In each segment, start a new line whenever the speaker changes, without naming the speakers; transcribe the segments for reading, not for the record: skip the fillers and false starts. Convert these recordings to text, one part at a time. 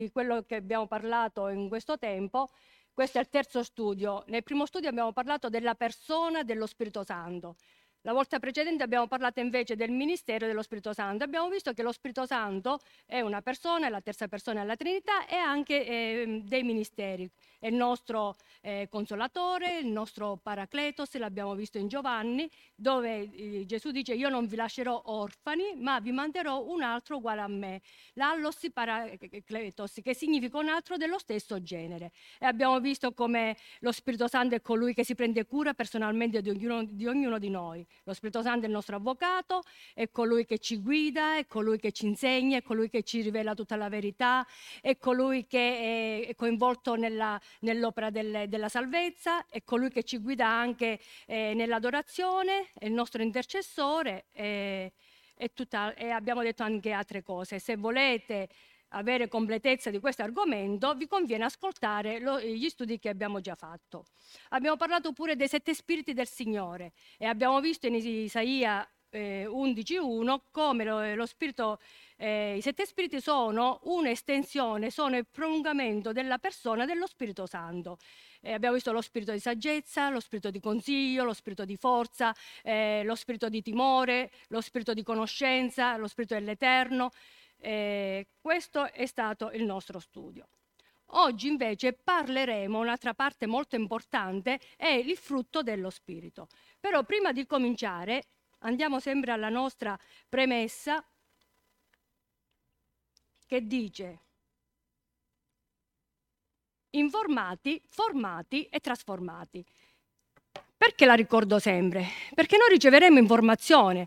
quello che abbiamo parlato in questo tempo. Questo è il terzo studio. Nel primo studio abbiamo parlato della persona dello Spirito Santo. La volta precedente abbiamo parlato invece del ministero dello Spirito Santo. Abbiamo visto che lo Spirito Santo è una persona, è la terza persona della Trinità e anche dei ministeri. È il nostro consolatore, il nostro paracletos, l'abbiamo visto in Giovanni, dove Gesù dice: io non vi lascerò orfani, ma vi manderò un altro uguale a me, l'allos paracletos, che significa un altro dello stesso genere. E abbiamo visto come lo Spirito Santo è colui che si prende cura personalmente di ognuno di noi. Lo Spirito Santo è il nostro avvocato, è colui che ci guida, è colui che ci insegna, è colui che ci rivela tutta la verità, è colui che è coinvolto nell'opera della salvezza, è colui che ci guida anche nell'adorazione, è il nostro intercessore e abbiamo detto anche altre cose. Se volete avere completezza di questo argomento, vi conviene ascoltare gli studi che abbiamo già fatto. Abbiamo parlato pure dei 7 spiriti del Signore e abbiamo visto in Isaia 11:1 come lo spirito, i 7 spiriti sono un'estensione, sono il prolungamento della persona dello Spirito Santo. Abbiamo visto lo spirito di saggezza, lo spirito di consiglio, lo spirito di forza, lo spirito di timore, lo spirito di conoscenza, lo spirito dell'Eterno. Questo è stato il nostro studio. Oggi invece parleremo, un'altra parte molto importante è il frutto dello Spirito. Però prima di cominciare andiamo sempre alla nostra premessa che dice: informati, formati e trasformati. Perché la ricordo sempre? Perché noi riceveremo informazione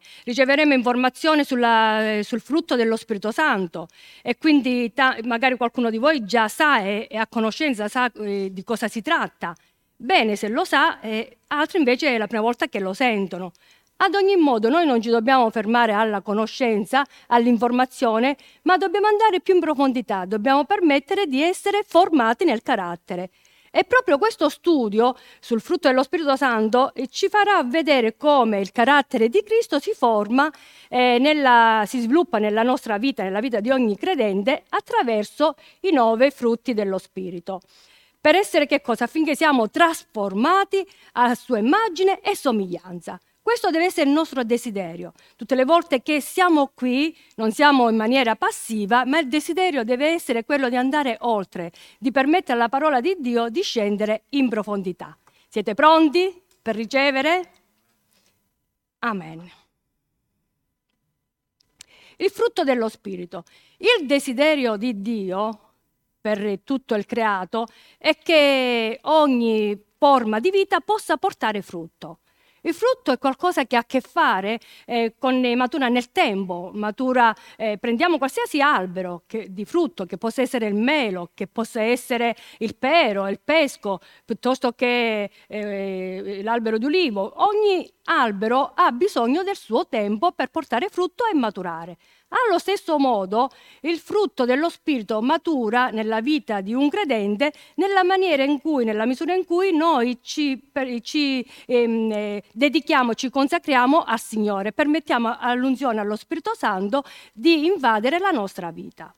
sul frutto dello Spirito Santo e quindi magari qualcuno di voi già sa, è a conoscenza, sa di cosa si tratta. Bene se lo sa, altri invece è la prima volta che lo sentono. Ad ogni modo noi non ci dobbiamo fermare alla conoscenza, all'informazione, ma dobbiamo andare più in profondità, dobbiamo permettere di essere formati nel carattere. E proprio questo studio sul frutto dello Spirito Santo ci farà vedere come il carattere di Cristo si forma, si sviluppa nella nostra vita, nella vita di ogni credente, attraverso i 9 frutti dello Spirito. Per essere che cosa? Affinché siamo trasformati a sua immagine e somiglianza. Questo deve essere il nostro desiderio. Tutte le volte che siamo qui, non siamo in maniera passiva, ma il desiderio deve essere quello di andare oltre, di permettere alla parola di Dio di scendere in profondità. Siete pronti per ricevere? Amen. Il frutto dello Spirito. Il desiderio di Dio per tutto il creato è che ogni forma di vita possa portare frutto. Il frutto è qualcosa che ha a che fare matura nel tempo, prendiamo qualsiasi albero di frutto, che possa essere il melo, che possa essere il pero, il pesco, piuttosto che l'albero di ulivo. Ogni albero ha bisogno del suo tempo per portare frutto e maturare. Allo stesso modo, il frutto dello Spirito matura nella vita di un credente nella misura in cui noi ci dedichiamo, ci consacriamo al Signore, permettiamo all'unzione, allo Spirito Santo di invadere la nostra vita.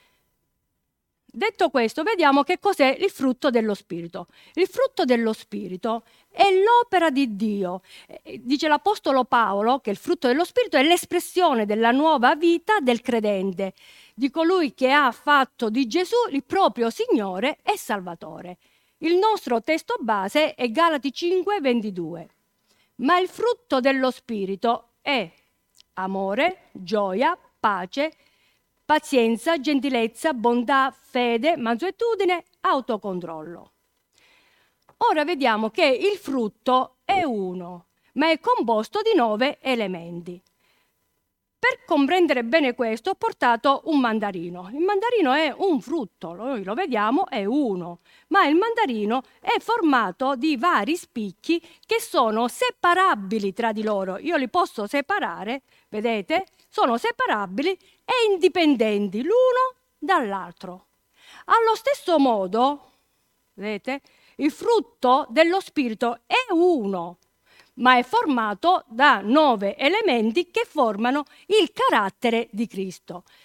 Detto questo, vediamo che cos'è il frutto dello Spirito. Il frutto dello Spirito è l'opera di Dio. Dice l'Apostolo Paolo che il frutto dello Spirito è l'espressione della nuova vita del credente, di colui che ha fatto di Gesù il proprio Signore e Salvatore. Il nostro testo base è Galati 5:22. Ma il frutto dello Spirito è amore, gioia, pace, pazienza, gentilezza, bontà, fede, mansuetudine, autocontrollo. Ora vediamo che il frutto è uno, ma è composto di 9 elementi. Per comprendere bene questo ho portato un mandarino. Il mandarino è un frutto, noi lo vediamo, è uno, ma il mandarino è formato di vari spicchi che sono separabili tra di loro. Io li posso separare, vedete? Sono separabili e indipendenti l'uno dall'altro. Allo stesso modo, vedete, il frutto dello Spirito è uno, ma è formato da 9 elementi che formano il carattere di Cristo.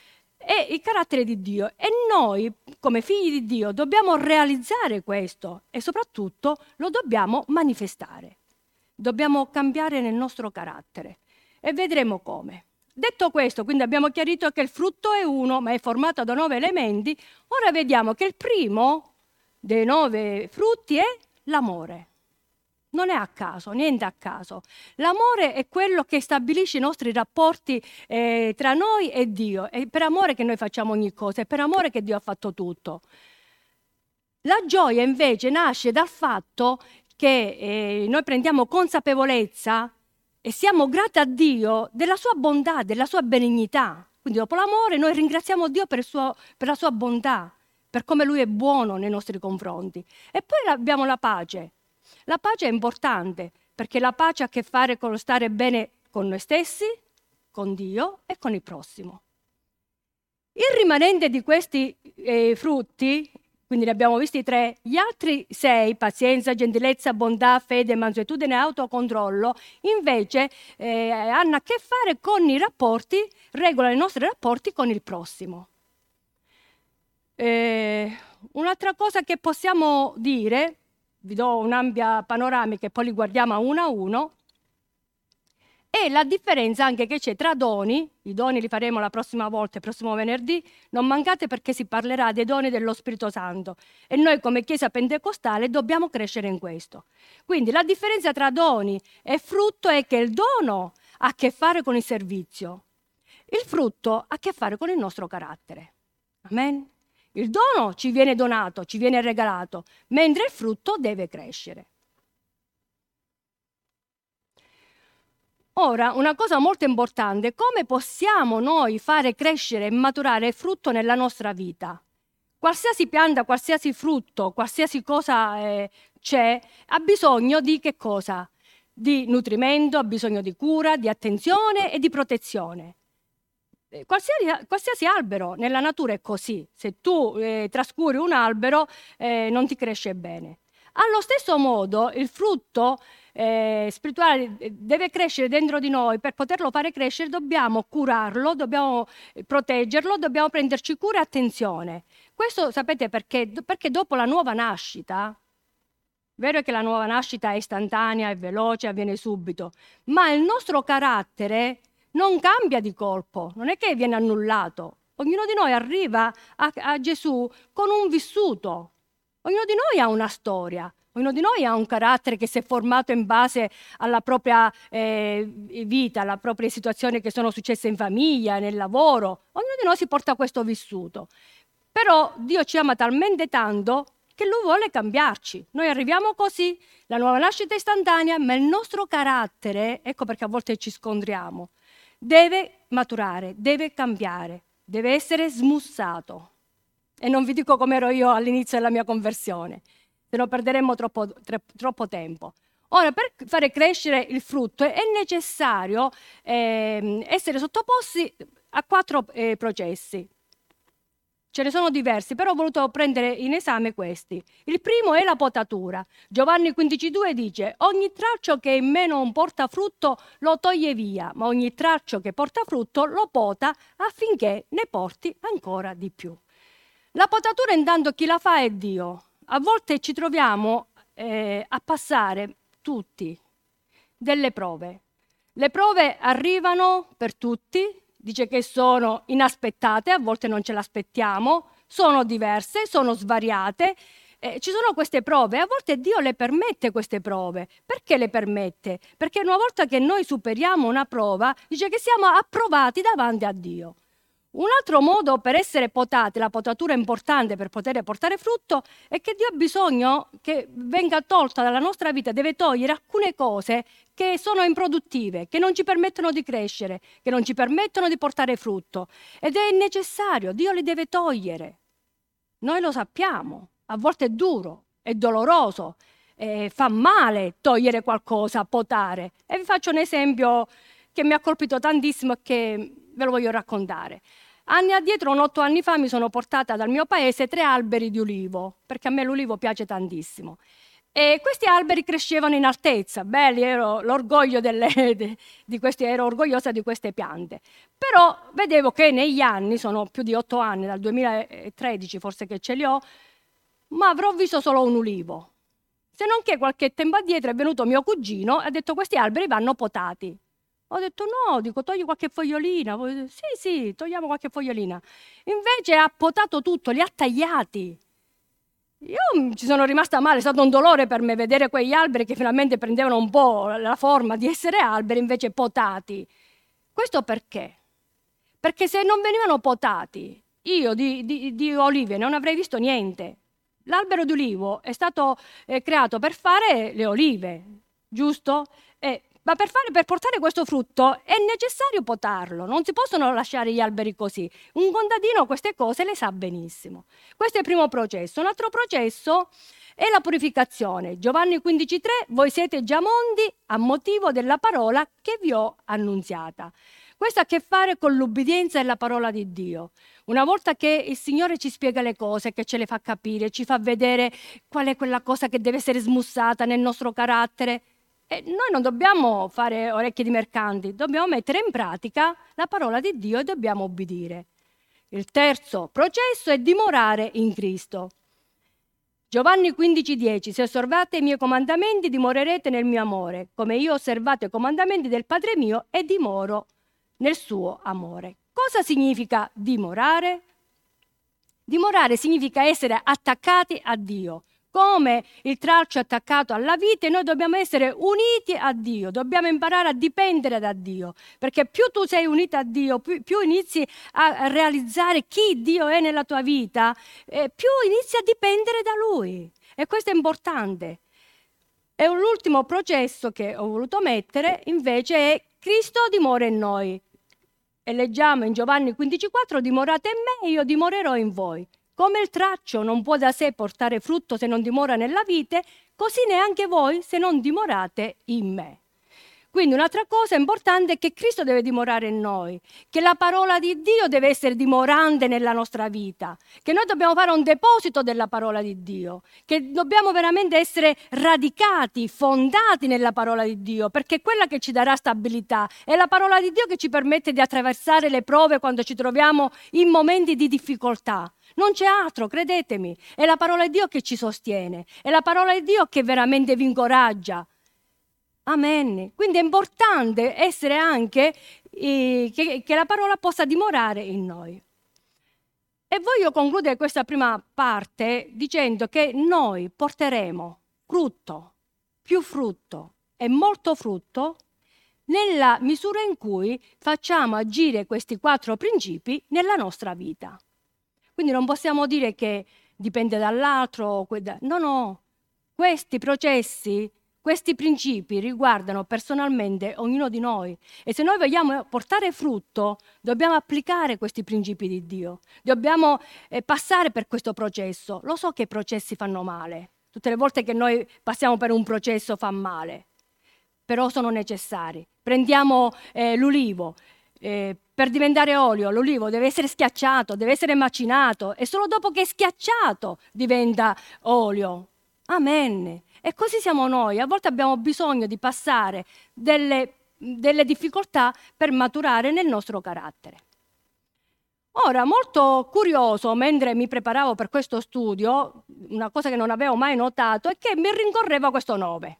è il carattere di Dio e noi, come figli di Dio, dobbiamo realizzare questo e soprattutto lo dobbiamo manifestare. Dobbiamo cambiare nel nostro carattere e vedremo come. Detto questo, quindi abbiamo chiarito che il frutto è uno, ma è formato da 9 elementi. Ora vediamo che il primo dei 9 frutti è l'amore. Non è a caso, niente a caso. L'amore è quello che stabilisce i nostri rapporti tra noi e Dio. È per amore che noi facciamo ogni cosa, è per amore che Dio ha fatto tutto. La gioia invece nasce dal fatto che noi prendiamo consapevolezza e siamo grati a Dio della sua bontà, della sua benignità. Quindi dopo l'amore noi ringraziamo Dio per la sua bontà, per come Lui è buono nei nostri confronti. E poi abbiamo la pace. La pace è importante perché la pace ha a che fare con lo stare bene con noi stessi, con Dio e con il prossimo. Il rimanente di questi frutti, quindi ne abbiamo visti 3, gli altri 6, pazienza, gentilezza, bontà, fede, mansuetudine e autocontrollo, invece hanno a che fare con i rapporti, regolano i nostri rapporti con il prossimo. Un'altra cosa che possiamo dire, vi do un'ampia panoramica e poi li guardiamo a uno, è la differenza anche che c'è tra doni. I doni li faremo la prossima volta, il prossimo venerdì, non mancate perché si parlerà dei doni dello Spirito Santo e noi come Chiesa Pentecostale dobbiamo crescere in questo. Quindi la differenza tra doni e frutto è che il dono ha a che fare con il servizio, il frutto ha a che fare con il nostro carattere. Amen? Il dono ci viene donato, ci viene regalato, mentre il frutto deve crescere. Ora, una cosa molto importante, come possiamo noi fare crescere e maturare il frutto nella nostra vita? Qualsiasi pianta, qualsiasi frutto, qualsiasi cosa c'è, ha bisogno di che cosa? Di nutrimento, ha bisogno di cura, di attenzione e di protezione. Qualsiasi albero nella natura è così. Se tu trascuri un albero non ti cresce bene. Allo stesso modo il frutto spirituale deve crescere dentro di noi. Per poterlo fare crescere dobbiamo curarlo, dobbiamo proteggerlo, dobbiamo prenderci cura e attenzione. Questo sapete perché? Perché dopo la nuova nascita, vero che la nuova nascita è istantanea, è veloce, avviene subito, ma il nostro carattere non cambia di colpo, non è che viene annullato. Ognuno di noi arriva a Gesù con un vissuto. Ognuno di noi ha una storia, ognuno di noi ha un carattere che si è formato in base alla propria vita, alle proprie situazioni che sono successe in famiglia, nel lavoro. Ognuno di noi si porta questo vissuto. Però Dio ci ama talmente tanto che Lui vuole cambiarci. Noi arriviamo così, la nuova nascita è istantanea, ma il nostro carattere, ecco perché a volte ci scontriamo, deve maturare, deve cambiare, deve essere smussato. E non vi dico come ero io all'inizio della mia conversione, se no perderemmo troppo tempo. Ora, per fare crescere il frutto è necessario essere sottoposti a 4 processi. Ce ne sono diversi, però ho voluto prendere in esame questi. Il primo è la potatura. Giovanni 15,2 dice: ogni tralcio che in me non porta frutto lo toglie via, ma ogni tralcio che porta frutto lo pota affinché ne porti ancora di più. La potatura intanto chi la fa è Dio. A volte ci troviamo a passare tutti delle prove. Le prove arrivano per tutti, dice che sono inaspettate, a volte non ce l'aspettiamo, sono diverse, sono svariate. Ci sono queste prove, a volte Dio le permette queste prove. Perché le permette? Perché una volta che noi superiamo una prova, dice che siamo approvati davanti a Dio. Un altro modo per essere potati, la potatura è importante per poter portare frutto, è che Dio ha bisogno che venga tolta dalla nostra vita, deve togliere alcune cose che sono improduttive, che non ci permettono di crescere, che non ci permettono di portare frutto. Ed è necessario, Dio li deve togliere. Noi lo sappiamo, a volte è duro, è doloroso, fa male togliere qualcosa, potare. E vi faccio un esempio che mi ha colpito tantissimo e che ve lo voglio raccontare. Anni addietro, 8 anni fa, mi sono portata dal mio paese 3 alberi di ulivo, perché a me l'ulivo piace tantissimo. E questi alberi crescevano in altezza, belli, ero orgogliosa di queste piante. Però vedevo che negli anni, sono più di 8 anni, dal 2013 forse che ce li ho, ma avrò visto solo un ulivo. Se non che qualche tempo addietro è venuto mio cugino e ha detto: questi alberi vanno potati. Ho detto: no, togli qualche fogliolina. Sì, togliamo qualche fogliolina. Invece ha potato tutto, li ha tagliati. Io ci sono rimasta male, è stato un dolore per me vedere quegli alberi che finalmente prendevano un po' la forma di essere alberi, invece potati. Questo perché? Perché se non venivano potati, io di olive non avrei visto niente. L'albero di ulivo è stato creato per fare le olive, giusto? Ma per portare questo frutto è necessario potarlo, non si possono lasciare gli alberi così. Un contadino queste cose le sa benissimo. Questo è il primo processo. Un altro processo è la purificazione. Giovanni 15,3: voi siete già mondi a motivo della parola che vi ho annunziata. Questo ha a che fare con l'ubbidienza alla parola di Dio. Una volta che il Signore ci spiega le cose, che ce le fa capire, ci fa vedere qual è quella cosa che deve essere smussata nel nostro carattere, e noi non dobbiamo fare orecchie di mercanti, dobbiamo mettere in pratica la parola di Dio e dobbiamo obbedire. Il terzo processo è dimorare in Cristo. Giovanni 15,10: se osservate i miei comandamenti dimorerete nel mio amore, come io ho osservato i comandamenti del Padre mio e dimoro nel suo amore. Cosa significa dimorare? Dimorare significa essere attaccati a Dio. Come il tralcio è attaccato alla vite, noi dobbiamo essere uniti a Dio, dobbiamo imparare a dipendere da Dio, perché più tu sei unito a Dio, più inizi a realizzare chi Dio è nella tua vita, più inizi a dipendere da Lui. E questo è importante. E l'ultimo processo che ho voluto mettere invece è: Cristo dimora in noi. E leggiamo in Giovanni 15,4: dimorate in me e io dimorerò in voi. Come il tralcio non può da sé portare frutto se non dimora nella vite, così neanche voi se non dimorate in me. Quindi un'altra cosa importante è che Cristo deve dimorare in noi, che la parola di Dio deve essere dimorante nella nostra vita, che noi dobbiamo fare un deposito della parola di Dio, che dobbiamo veramente essere radicati, fondati nella parola di Dio, perché è quella che ci darà stabilità, è la parola di Dio che ci permette di attraversare le prove quando ci troviamo in momenti di difficoltà. Non c'è altro, credetemi, è la parola di Dio che ci sostiene, è la parola di Dio che veramente vi incoraggia. Amen. Quindi è importante essere anche che la parola possa dimorare in noi. E voglio concludere questa prima parte dicendo che noi porteremo frutto, più frutto e molto frutto nella misura in cui facciamo agire questi 4 principi nella nostra vita. Quindi non possiamo dire che dipende dall'altro. No. Questi processi, questi principi riguardano personalmente ognuno di noi. E se noi vogliamo portare frutto, dobbiamo applicare questi principi di Dio. Dobbiamo passare per questo processo. Lo so che i processi fanno male. Tutte le volte che noi passiamo per un processo fa male. Però sono necessari. Prendiamo l'ulivo. Per diventare olio, l'ulivo deve essere schiacciato, deve essere macinato e solo dopo che è schiacciato diventa olio. Amen. E così siamo noi. A volte abbiamo bisogno di passare delle difficoltà per maturare nel nostro carattere. Ora, molto curioso, mentre mi preparavo per questo studio, una cosa che non avevo mai notato è che mi rincorreva questo 9.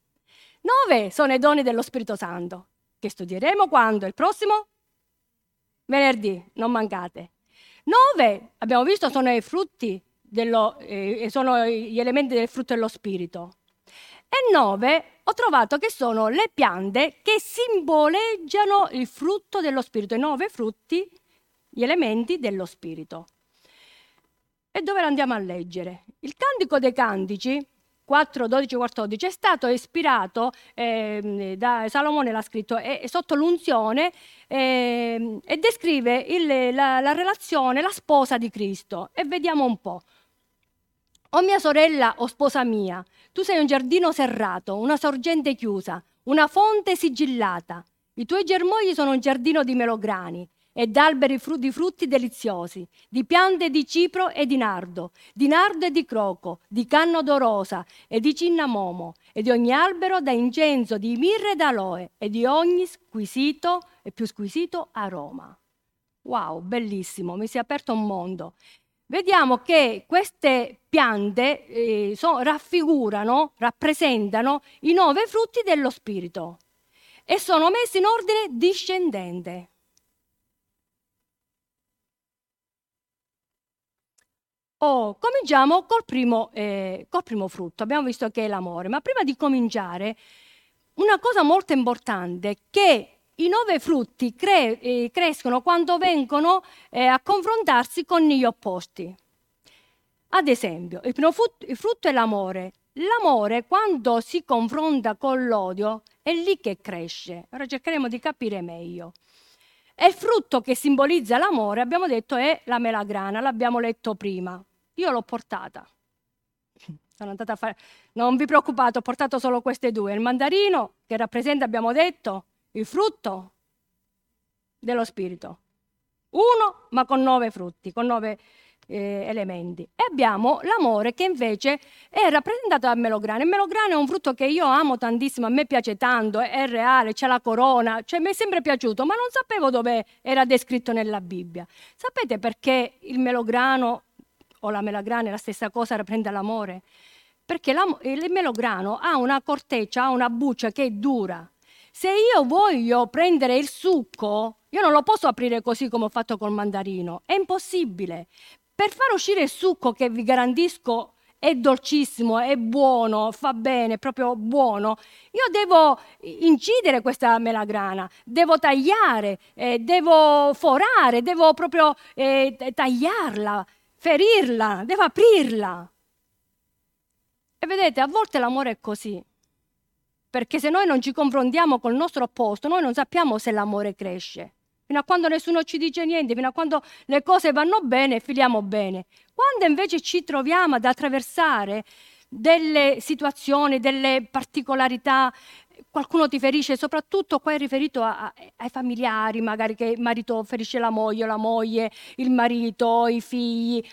9 sono i doni dello Spirito Santo, che studieremo quando? Il prossimo? Venerdì, non mancate. 9, abbiamo visto, sono i frutti, sono gli elementi del frutto dello Spirito. E 9 ho trovato che sono le piante che simboleggiano il frutto dello Spirito, i 9 frutti, gli elementi dello Spirito. E dove andiamo a leggere? Il Cantico dei Cantici, 4, 12, 14, è stato ispirato da Salomone, l'ha scritto, sotto l'unzione e descrive la relazione, la sposa di Cristo. E vediamo un po'. O mia sorella, o sposa mia, tu sei un giardino serrato, una sorgente chiusa, una fonte sigillata. I tuoi germogli sono un giardino di melograni. ed alberi di frutti deliziosi, di piante di cipro e di nardo e di croco, di canno d'orosa e di cinnamomo, e di ogni albero da incenso, di mirra e d'aloe, e di ogni squisito e più squisito aroma. Wow, bellissimo, mi si è aperto un mondo. Vediamo che queste piante rappresentano i 9 frutti dello Spirito e sono messi in ordine discendente. Cominciamo col primo frutto. Abbiamo visto che è l'amore, ma prima di cominciare, una cosa molto importante è che i 9 frutti crescono quando vengono a confrontarsi con gli opposti. Ad esempio, il frutto è l'amore. L'amore, quando si confronta con l'odio, è lì che cresce. Ora cercheremo di capire meglio. E il frutto che simbolizza l'amore, abbiamo detto, è la melagrana, l'abbiamo letto prima. Io l'ho portata. Sono andata a fare. Non vi preoccupate, ho portato solo queste due. Il mandarino, che rappresenta, abbiamo detto, il frutto dello spirito. Uno, ma con 9 frutti, con 9 elementi. E abbiamo l'amore, che invece è rappresentato dal melograno. Il melograno è un frutto che io amo tantissimo, a me piace tanto, è reale, c'è la corona, cioè mi è sempre piaciuto, ma non sapevo dove era descritto nella Bibbia. Sapete perché il melograno o la melagrana è la stessa cosa, rappresenta l'amore? Perché il melograno ha una corteccia, ha una buccia che è dura. Se io voglio prendere il succo, io non lo posso aprire così come ho fatto col mandarino, è impossibile. Per far uscire il succo, che vi garantisco è dolcissimo, è buono, fa bene, è proprio buono, io devo incidere questa melagrana, devo tagliare, devo forare, devo proprio tagliarla, ferirla, devo aprirla. E vedete, a volte l'amore è così, perché se noi non ci confrontiamo col nostro opposto, noi non sappiamo se l'amore cresce. Fino a quando nessuno ci dice niente, fino a quando le cose vanno bene, filiamo bene. Quando invece ci troviamo ad attraversare delle situazioni, delle particolarità, qualcuno ti ferisce, soprattutto qua è riferito ai familiari, magari che il marito ferisce la moglie, il marito, i figli,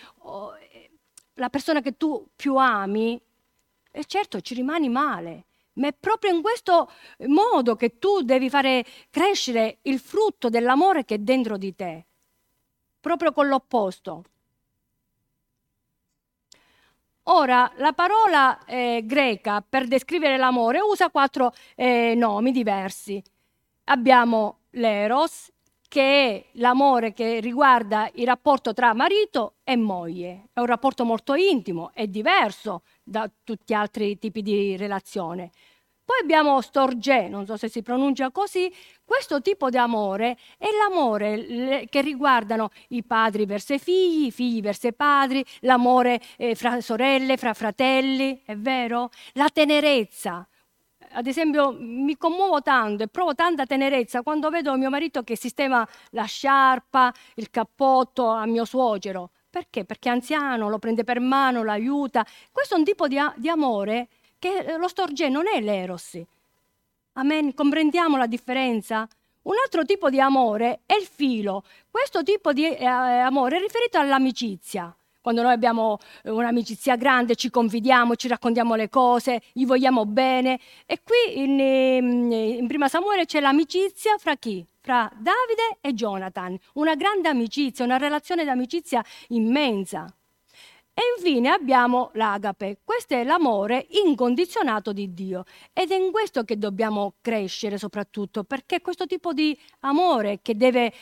la persona che tu più ami, e certo ci rimani male. Ma è proprio in questo modo che tu devi fare crescere il frutto dell'amore che è dentro di te, proprio con l'opposto. Ora, la parola greca per descrivere l'amore usa 4 nomi diversi. Abbiamo l'eros, che è l'amore che riguarda il rapporto tra marito e moglie. È un rapporto molto intimo, è diverso da tutti gli altri tipi di relazione. Poi abbiamo storge, non so se si pronuncia così, questo tipo di amore è l'amore che riguardano i padri verso i figli verso i padri, l'amore fra sorelle, fra fratelli, è vero? La tenerezza. Ad esempio, mi commuovo tanto e provo tanta tenerezza quando vedo mio marito che sistema la sciarpa, il cappotto a mio suocero. Perché? Perché è anziano, lo prende per mano, lo aiuta. Questo è un tipo di amore che lo storge non è l'eros. Amen, comprendiamo la differenza? Un altro tipo di amore è il filo. Questo tipo di amore è riferito all'amicizia. Quando noi abbiamo un'amicizia grande, ci confidiamo, ci raccontiamo le cose, gli vogliamo bene. E qui in Prima Samuele c'è l'amicizia fra chi? Fra Davide e Jonathan. Una grande amicizia, una relazione d'amicizia immensa. E infine abbiamo l'agape. Questo è l'amore incondizionato di Dio. Ed è in questo che dobbiamo crescere soprattutto, perché è questo tipo di amore che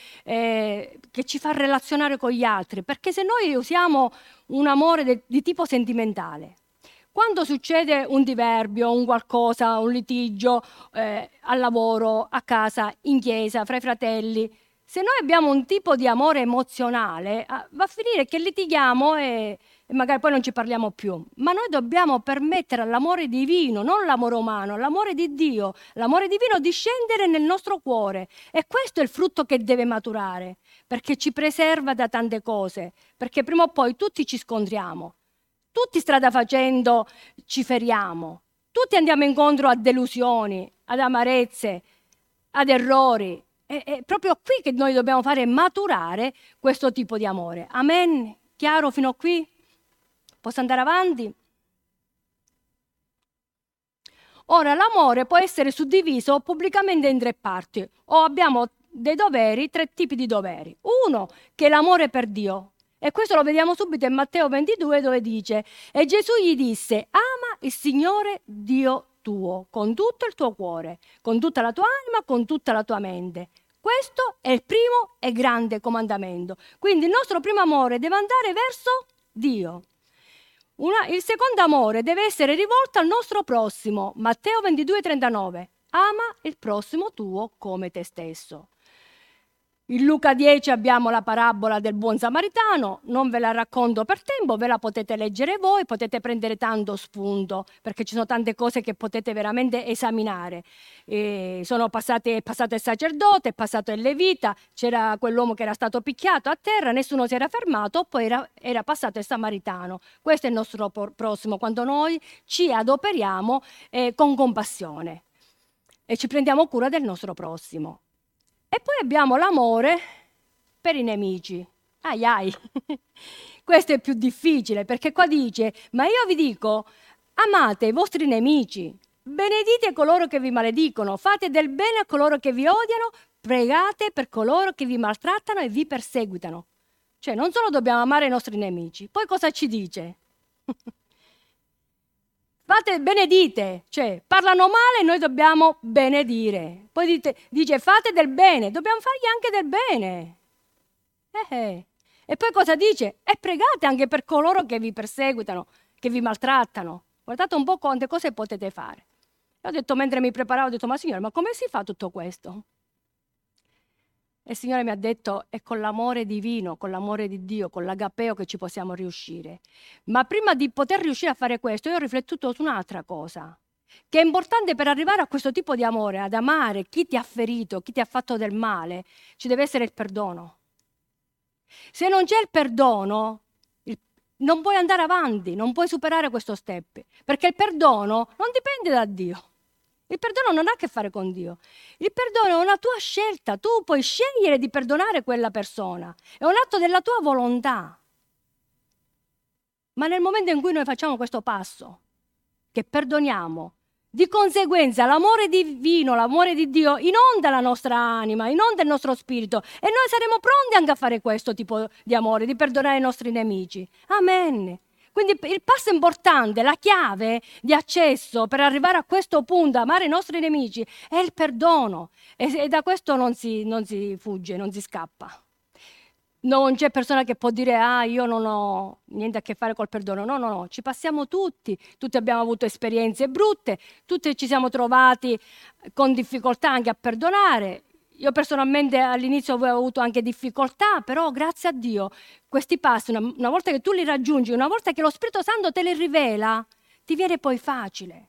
ci fa relazionare con gli altri. Perché se noi usiamo un amore di tipo sentimentale, quando succede un diverbio, un qualcosa, un litigio al lavoro, a casa, in chiesa, fra i fratelli, se noi abbiamo un tipo di amore emozionale, va a finire che litighiamo e magari poi non ci parliamo più. Ma noi dobbiamo permettere all'amore divino, non l'amore umano, l'amore di Dio, l'amore divino di scendere nel nostro cuore. E questo è il frutto che deve maturare, perché ci preserva da tante cose, perché prima o poi tutti ci scontriamo, tutti strada facendo ci feriamo, tutti andiamo incontro a delusioni, ad amarezze, ad errori. È proprio qui che noi dobbiamo fare maturare questo tipo di amore. Amen? Chiaro fino a qui? Posso andare avanti? Ora, l'amore può essere suddiviso pubblicamente in tre parti, o abbiamo dei doveri, tre tipi di doveri. Uno, che è l'amore per Dio, e questo lo vediamo subito in Matteo 22, dove dice: e Gesù gli disse, ama il Signore Dio tuo, con tutto il tuo cuore, con tutta la tua anima, con tutta la tua mente. Questo è il primo e grande comandamento. Quindi il nostro primo amore deve andare verso Dio. Il secondo amore deve essere rivolto al nostro prossimo. Matteo 22,39. Ama il prossimo tuo come te stesso. In Luca 10 abbiamo la parabola del buon samaritano, non ve la racconto per tempo, ve la potete leggere voi, potete prendere tanto spunto, perché ci sono tante cose che potete veramente esaminare. È passato il sacerdote, è passato il levita, c'era quell'uomo che era stato picchiato a terra, nessuno si era fermato, poi era passato il samaritano. Questo è il nostro prossimo, quando noi ci adoperiamo con compassione e ci prendiamo cura del nostro prossimo. E poi abbiamo l'amore per i nemici. Ai ai. Questo è più difficile, perché qua dice: ma io vi dico, amate i vostri nemici, benedite coloro che vi maledicono, fate del bene a coloro che vi odiano, pregate per coloro che vi maltrattano e vi perseguitano. Cioè, non solo dobbiamo amare i nostri nemici, poi cosa ci dice? Benedite, cioè parlano male, noi dobbiamo benedire. Poi dice fate del bene, dobbiamo fargli anche del bene. E poi cosa dice? E pregate anche per coloro che vi perseguitano, che vi maltrattano. Guardate un po' quante cose potete fare. E ho detto, mentre mi preparavo, ho detto, ma Signore, ma come si fa tutto questo? E il Signore mi ha detto, è con l'amore divino, con l'amore di Dio, con l'agapeo che ci possiamo riuscire. Ma prima di poter riuscire a fare questo, io ho riflettuto su un'altra cosa, che è importante per arrivare a questo tipo di amore, ad amare chi ti ha ferito, chi ti ha fatto del male, ci deve essere il perdono. Se non c'è il perdono, non puoi andare avanti, non puoi superare questo step, perché il perdono non dipende da Dio. Il perdono non ha a che fare con Dio. Il perdono è una tua scelta. Tu puoi scegliere di perdonare quella persona. È un atto della tua volontà. Ma nel momento in cui noi facciamo questo passo, che perdoniamo, di conseguenza l'amore divino, l'amore di Dio inonda la nostra anima, inonda il nostro spirito e noi saremo pronti anche a fare questo tipo di amore, di perdonare i nostri nemici. Amen. Quindi il passo importante, la chiave di accesso per arrivare a questo punto, amare i nostri nemici, è il perdono. E da questo non si fugge, non si scappa. Non c'è persona che può dire io non ho niente a che fare col perdono. No, ci passiamo tutti abbiamo avuto esperienze brutte, tutti ci siamo trovati con difficoltà anche a perdonare. Io personalmente all'inizio avevo avuto anche difficoltà, però grazie a Dio questi passi, una volta che tu li raggiungi, una volta che lo Spirito Santo te li rivela, ti viene poi facile.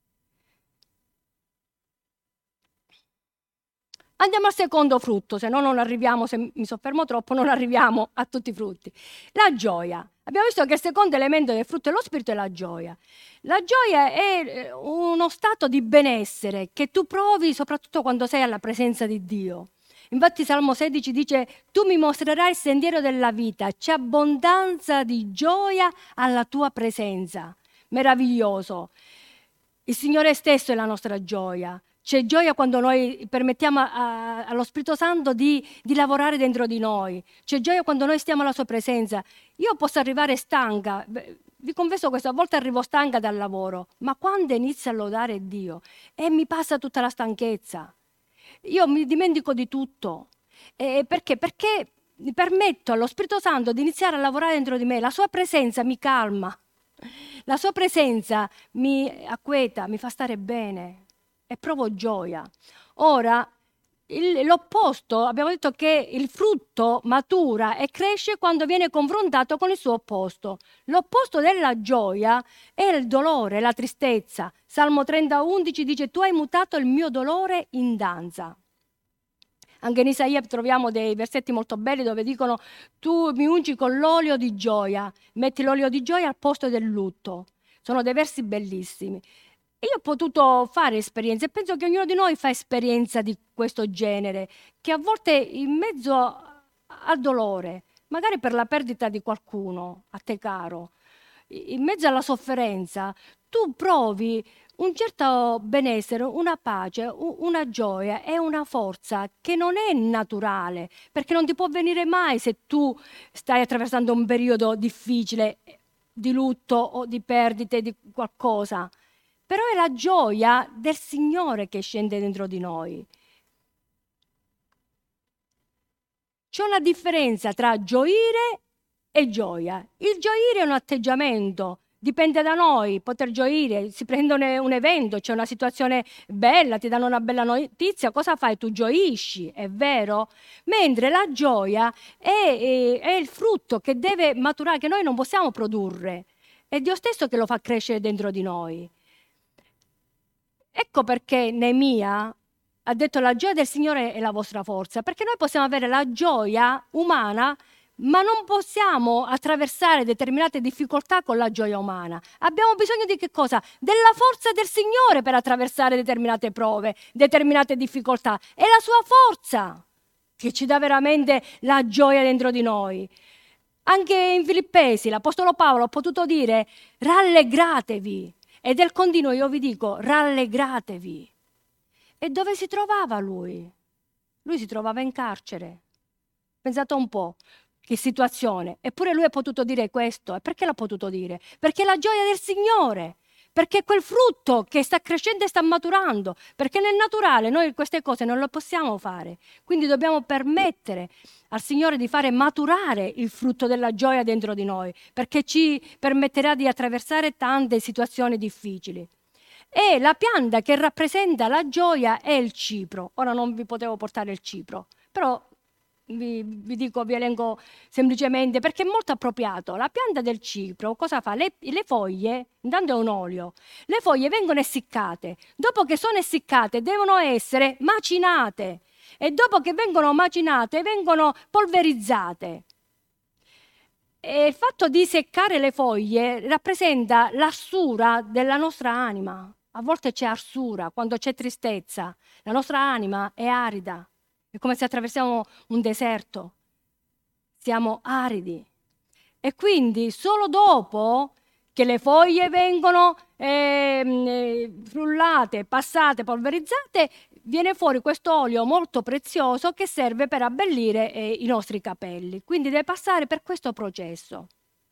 Andiamo al secondo frutto, se no non arriviamo, se mi soffermo troppo, non arriviamo a tutti i frutti. La gioia. Abbiamo visto che il secondo elemento del frutto dello Spirito è la gioia. La gioia è uno stato di benessere che tu provi soprattutto quando sei alla presenza di Dio. Infatti Salmo 16 dice: tu mi mostrerai il sentiero della vita, c'è abbondanza di gioia alla tua presenza. Meraviglioso. Il Signore stesso è la nostra gioia. C'è gioia quando noi permettiamo allo Spirito Santo di lavorare dentro di noi. C'è gioia quando noi stiamo alla sua presenza. Io posso arrivare stanca, vi confesso questo, a volte arrivo stanca dal lavoro, ma quando inizio a lodare Dio e mi passa tutta la stanchezza, io mi dimentico di tutto. Perché? Perché permetto allo Spirito Santo di iniziare a lavorare dentro di me. La sua presenza mi calma, la sua presenza mi acqueta, mi fa stare bene. E provo gioia. Ora, l'opposto, abbiamo detto che il frutto matura e cresce quando viene confrontato con il suo opposto. L'opposto della gioia è il dolore, la tristezza. Salmo 30,11 dice: tu hai mutato il mio dolore in danza. Anche in Isaia troviamo dei versetti molto belli dove dicono: tu mi ungi con l'olio di gioia, metti l'olio di gioia al posto del lutto. Sono dei versi bellissimi. E io ho potuto fare esperienze, e penso che ognuno di noi fa esperienza di questo genere, che a volte in mezzo al dolore, magari per la perdita di qualcuno a te caro, in mezzo alla sofferenza, tu provi un certo benessere, una pace, una gioia e una forza che non è naturale, perché non ti può venire mai se tu stai attraversando un periodo difficile di lutto o di perdite di qualcosa. Però è la gioia del Signore che scende dentro di noi. C'è una differenza tra gioire e gioia. Il gioire è un atteggiamento, dipende da noi, poter gioire, si prende un evento, c'è una situazione bella, ti danno una bella notizia, cosa fai? Tu gioisci, è vero? Mentre la gioia è il frutto che deve maturare, che noi non possiamo produrre. È Dio stesso che lo fa crescere dentro di noi. Ecco perché Neemia ha detto la gioia del Signore è la vostra forza, perché noi possiamo avere la gioia umana, ma non possiamo attraversare determinate difficoltà con la gioia umana. Abbiamo bisogno di che cosa? Della forza del Signore per attraversare determinate prove, determinate difficoltà. È la sua forza che ci dà veramente la gioia dentro di noi. Anche in Filippesi l'Apostolo Paolo ha potuto dire rallegratevi. E del continuo io vi dico, rallegratevi. E dove si trovava lui? Lui si trovava in carcere. Pensate un po', che situazione. Eppure lui ha potuto dire questo. E perché l'ha potuto dire? Perché è la gioia del Signore. Perché è quel frutto che sta crescendo e sta maturando. Perché nel naturale noi queste cose non le possiamo fare. Quindi dobbiamo permettere al Signore di fare maturare il frutto della gioia dentro di noi, perché ci permetterà di attraversare tante situazioni difficili. E la pianta che rappresenta la gioia è il cipro. Ora non vi potevo portare il cipro, però vi elenco semplicemente perché è molto appropriato. La pianta del cipro cosa fa? Le foglie, intanto è un olio, le foglie vengono essiccate. Dopo che sono essiccate devono essere macinate. E dopo che vengono macinate, vengono polverizzate. E il fatto di seccare le foglie rappresenta l'arsura della nostra anima. A volte c'è arsura, quando c'è tristezza. La nostra anima è arida. È come se attraversiamo un deserto. Siamo aridi. E quindi solo dopo che le foglie vengono frullate, passate, polverizzate, viene fuori questo olio molto prezioso che serve per abbellire i nostri capelli. Quindi deve passare per questo processo.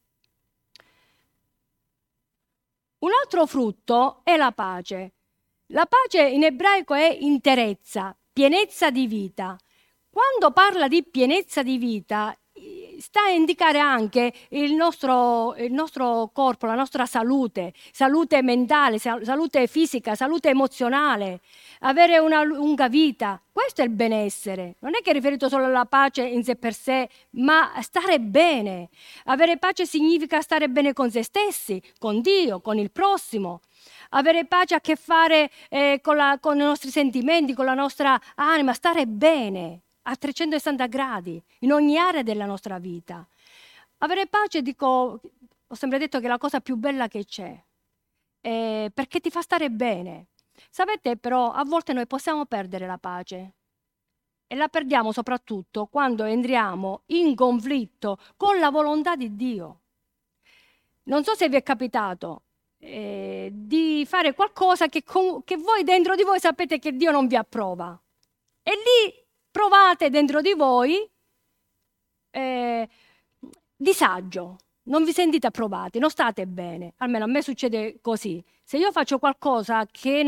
Un altro frutto è la pace. La pace in ebraico è interezza, pienezza di vita. Quando parla di pienezza di vita, sta a indicare anche il nostro corpo, la nostra salute mentale, salute fisica, salute emozionale, avere una lunga vita. Questo è il benessere. Non è che è riferito solo alla pace in sé per sé, ma stare bene. Avere pace significa stare bene con se stessi, con Dio, con il prossimo. Avere pace ha a che fare con i nostri sentimenti, con la nostra anima, stare bene a 360 gradi in ogni area della nostra vita. Avere pace, ho sempre detto che è la cosa più bella che c'è, perché ti fa stare bene. Sapete però, a volte noi possiamo perdere la pace e la perdiamo soprattutto quando entriamo in conflitto con la volontà di Dio. Non so se vi è capitato di fare qualcosa che voi dentro di voi sapete che Dio non vi approva. E lì provate dentro di voi disagio, non vi sentite approvati, non state bene. Almeno a me succede così. Se io faccio qualcosa che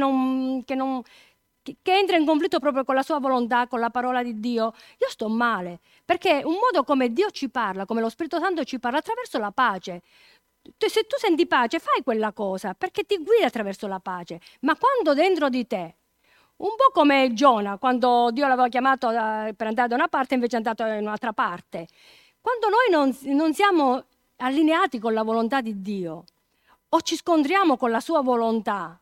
entra in conflitto proprio con la sua volontà, con la parola di Dio, io sto male, perché un modo come Dio ci parla, come lo Spirito Santo ci parla, attraverso la pace. Se tu senti pace, fai quella cosa, perché ti guida attraverso la pace. Ma quando dentro di te, un po' come Giona, quando Dio l'aveva chiamato per andare da una parte, invece è andato in un'altra parte. Quando noi non siamo allineati con la volontà di Dio o ci scontriamo con la sua volontà,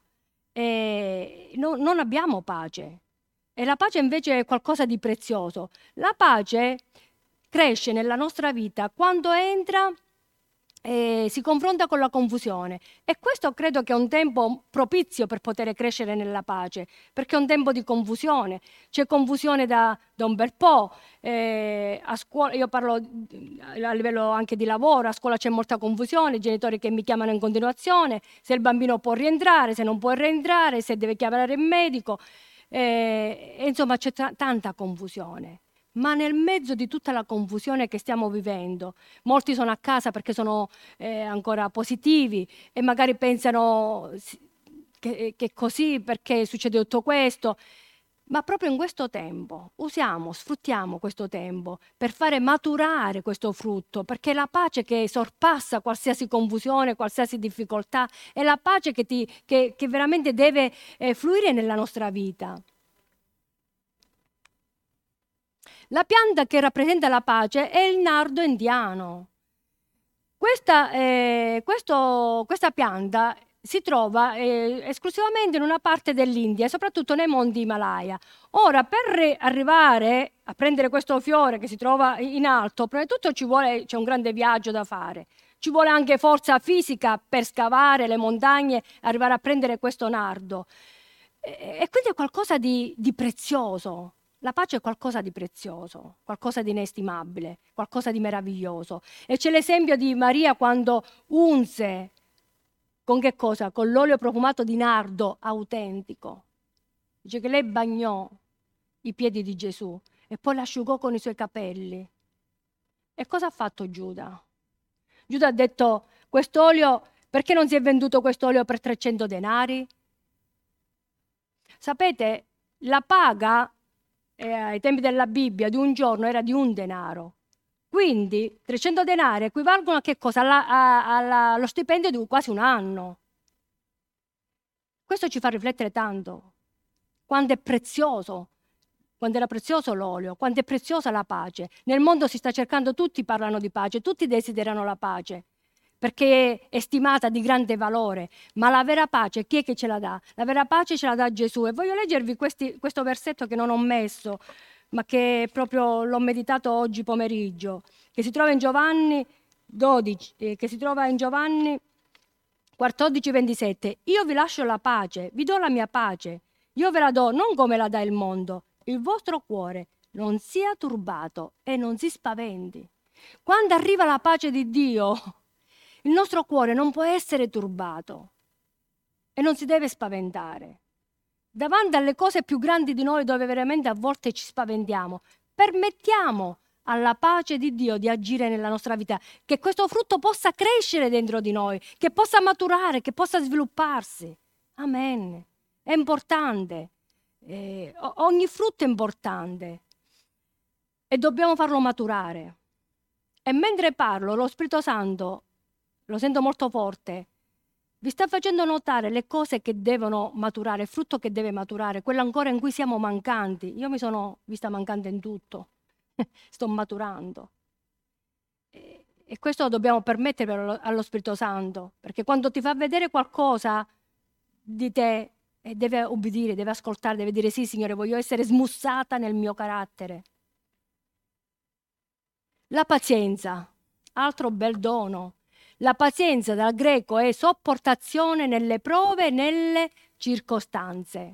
non abbiamo pace. E la pace invece è qualcosa di prezioso. La pace cresce nella nostra vita quando entra si confronta con la confusione, e questo credo che è un tempo propizio per poter crescere nella pace, perché è un tempo di confusione, c'è confusione da un bel po', a scuola, io parlo a livello anche di lavoro, a scuola c'è molta confusione, i genitori che mi chiamano in continuazione, se il bambino può rientrare, se non può rientrare, se deve chiamare il medico, insomma c'è tanta confusione. Ma nel mezzo di tutta la confusione che stiamo vivendo, molti sono a casa perché sono ancora positivi e magari pensano che così perché succede tutto questo. Ma proprio in questo tempo sfruttiamo questo tempo per fare maturare questo frutto, perché la pace che sorpassa qualsiasi confusione, qualsiasi difficoltà, è la pace che veramente deve fluire nella nostra vita. La pianta che rappresenta la pace è il nardo indiano. Questa pianta si trova esclusivamente in una parte dell'India, soprattutto nei monti Himalaya. Ora, per arrivare a prendere questo fiore che si trova in alto, prima di tutto c'è un grande viaggio da fare. Ci vuole anche forza fisica per scavare le montagne, arrivare a prendere questo nardo. E quindi è qualcosa di prezioso. La pace è qualcosa di prezioso, qualcosa di inestimabile, qualcosa di meraviglioso. E c'è l'esempio di Maria quando unse, con che cosa? Con l'olio profumato di nardo autentico. Dice che lei bagnò i piedi di Gesù e poi l'asciugò con i suoi capelli. E cosa ha fatto Giuda? Giuda ha detto, quest'olio, perché non si è venduto quest'olio per 300 denari? Sapete, la paga ai tempi della Bibbia di un giorno era di un denaro. Quindi 300 denari equivalgono a che cosa? Allo stipendio di quasi un anno. Questo ci fa riflettere tanto. Quanto è prezioso, quanto era prezioso l'olio, quanto è preziosa la pace. Nel mondo si sta cercando, tutti parlano di pace, tutti desiderano la pace, perché è stimata di grande valore. Ma la vera pace, chi è che ce la dà? La vera pace ce la dà Gesù. E voglio leggervi questo versetto che non ho messo, ma che proprio l'ho meditato oggi pomeriggio, che si trova in Giovanni 12, che si trova in Giovanni 14:27. Io vi lascio la pace, vi do la mia pace. Io ve la do non come la dà il mondo. Il vostro cuore non sia turbato e non si spaventi. Quando arriva la pace di Dio, il nostro cuore non può essere turbato e non si deve spaventare. Davanti alle cose più grandi di noi, dove veramente a volte ci spaventiamo, permettiamo alla pace di Dio di agire nella nostra vita, che questo frutto possa crescere dentro di noi, che possa maturare, che possa svilupparsi. Amen. È importante. Ogni frutto è importante e dobbiamo farlo maturare. E mentre parlo, lo Spirito Santo, lo sento molto forte, vi sta facendo notare le cose che devono maturare, il frutto che deve maturare, quello ancora in cui siamo mancanti. Io mi sono vista mancante in tutto, sto maturando. E questo lo dobbiamo permettere allo Spirito Santo, perché quando ti fa vedere qualcosa di te, deve obbedire, deve ascoltare, deve dire sì, Signore, voglio essere smussata nel mio carattere. La pazienza, altro bel dono. La pazienza dal greco è sopportazione nelle prove e nelle circostanze.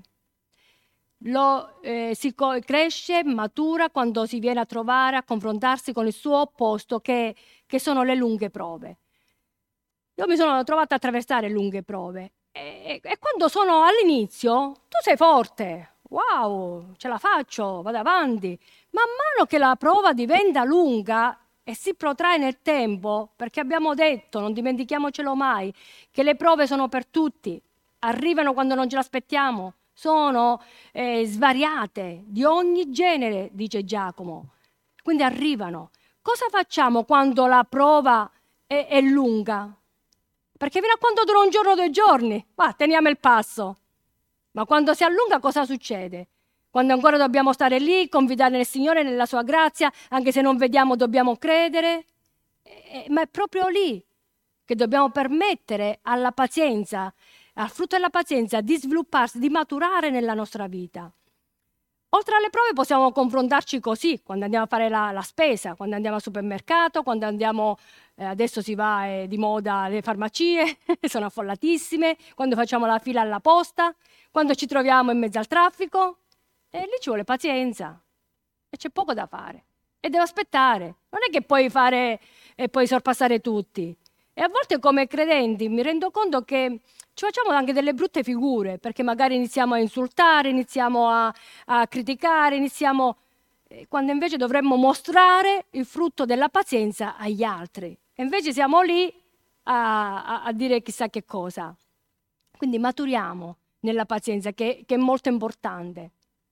Si cresce, matura quando si viene a trovare, a confrontarsi con il suo opposto, che sono le lunghe prove. Io mi sono trovata a attraversare lunghe prove e quando sono all'inizio, tu sei forte, wow, ce la faccio, vado avanti. Man mano che la prova diventa lunga e si protrae nel tempo, perché abbiamo detto, non dimentichiamocelo mai, che le prove sono per tutti, arrivano quando non ce l'aspettiamo, sono svariate, di ogni genere, dice Giacomo. Quindi arrivano. Cosa facciamo quando la prova è lunga? Perché fino a quando dura un giorno o 2 giorni, teniamo il passo. Ma quando si allunga cosa succede? Quando ancora dobbiamo stare lì, confidare nel Signore, nella sua grazia, anche se non vediamo dobbiamo credere. Ma è proprio lì che dobbiamo permettere alla pazienza, al frutto della pazienza, di svilupparsi, di maturare nella nostra vita. Oltre alle prove possiamo confrontarci così, quando andiamo a fare la spesa, quando andiamo al supermercato, quando andiamo, adesso si va di moda le farmacie, sono affollatissime, quando facciamo la fila alla posta, quando ci troviamo in mezzo al traffico, e lì ci vuole pazienza e c'è poco da fare. E devo aspettare, non è che puoi fare e puoi sorpassare tutti. E a volte come credenti mi rendo conto che ci facciamo anche delle brutte figure, perché magari iniziamo a insultare, iniziamo a criticare, quando invece dovremmo mostrare il frutto della pazienza agli altri. E invece siamo lì a dire chissà che cosa. Quindi maturiamo nella pazienza, che è molto importante.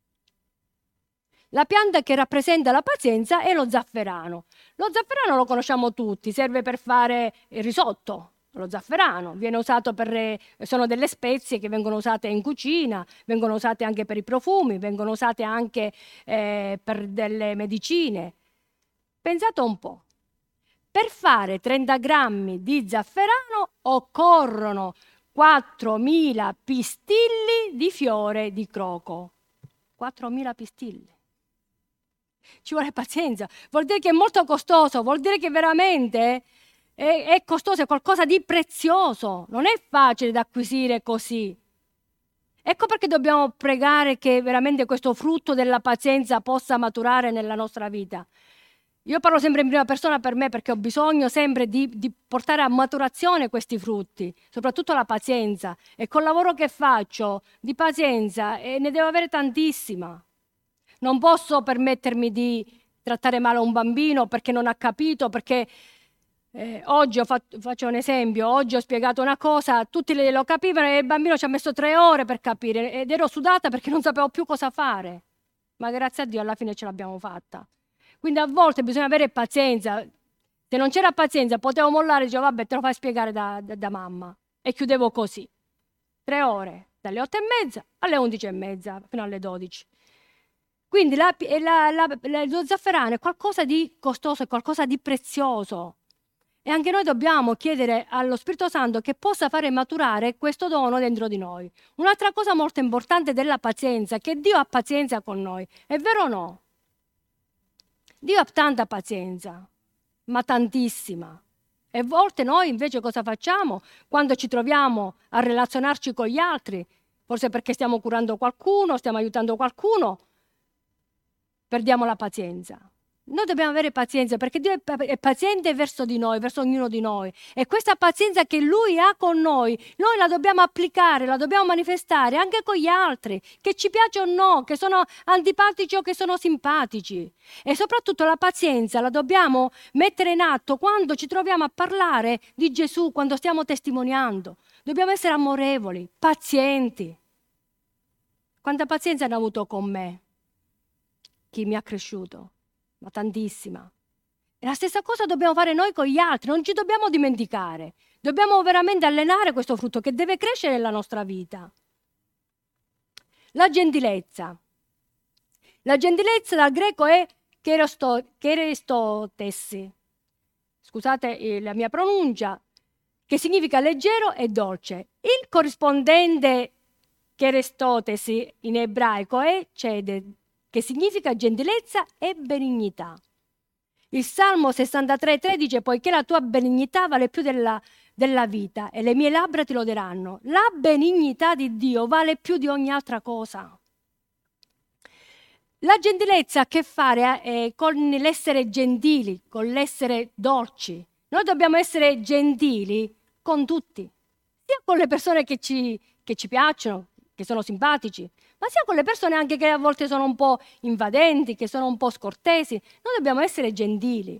La pianta che rappresenta la pazienza è lo zafferano. Lo zafferano lo conosciamo tutti, serve per fare il risotto. Lo zafferano viene usato sono delle spezie che vengono usate in cucina, vengono usate anche per i profumi, vengono usate anche per delle medicine. Pensate un po', per fare 30 grammi di zafferano occorrono 4.000 pistilli di fiore di croco. 4.000 pistilli. Ci vuole pazienza, vuol dire che è molto costoso, vuol dire che veramente è costoso, è qualcosa di prezioso, non è facile da acquisire così. Ecco perché dobbiamo pregare che veramente questo frutto della pazienza possa maturare nella nostra vita. Io parlo sempre in prima persona per me perché ho bisogno sempre di portare a maturazione questi frutti, soprattutto la pazienza. E col lavoro che faccio di pazienza ne devo avere tantissima. Non posso permettermi di trattare male un bambino perché non ha capito, perché oggi faccio un esempio, oggi ho spiegato una cosa, tutti lo capivano e il bambino ci ha messo 3 ore per capire ed ero sudata perché non sapevo più cosa fare. Ma grazie a Dio alla fine ce l'abbiamo fatta. Quindi a volte bisogna avere pazienza. Se non c'era pazienza potevo mollare e dicevo vabbè te lo fai spiegare da mamma. E chiudevo così. 3 ore, dalle 8:30 alle 11:30, fino alle 12. Quindi lo zafferano è qualcosa di costoso, è qualcosa di prezioso. E anche noi dobbiamo chiedere allo Spirito Santo che possa fare maturare questo dono dentro di noi. Un'altra cosa molto importante della pazienza è che Dio ha pazienza con noi. È vero o no? Dio ha tanta pazienza, ma tantissima. E a volte noi invece cosa facciamo? Quando ci troviamo a relazionarci con gli altri, forse perché stiamo curando qualcuno, stiamo aiutando qualcuno, perdiamo la pazienza. Noi dobbiamo avere pazienza perché Dio è paziente verso di noi, verso ognuno di noi. E questa pazienza che Lui ha con noi la dobbiamo applicare, la dobbiamo manifestare anche con gli altri, che ci piacciono o no, che sono antipatici o che sono simpatici. E soprattutto la pazienza la dobbiamo mettere in atto quando ci troviamo a parlare di Gesù, quando stiamo testimoniando. Dobbiamo essere amorevoli, pazienti. Quanta pazienza hanno avuto con me? Chi mi ha cresciuto, ma tantissima. E la stessa cosa dobbiamo fare noi con gli altri, non ci dobbiamo dimenticare. Dobbiamo veramente allenare questo frutto che deve crescere nella nostra vita. La gentilezza. La gentilezza dal greco è kerestotesi. Scusate la mia pronuncia, che significa leggero e dolce. Il corrispondente kerestotesi in ebraico è cede, che significa gentilezza e benignità. Il Salmo 63,3 dice: poiché la tua benignità vale più della vita e le mie labbra ti loderanno. La benignità di Dio vale più di ogni altra cosa. La gentilezza ha a che fare con l'essere gentili, con l'essere dolci. Noi dobbiamo essere gentili con tutti, sia con le persone che ci piacciono, che sono simpatici, ma sia con le persone anche che a volte sono un po' invadenti, che sono un po' scortesi. Noi dobbiamo essere gentili.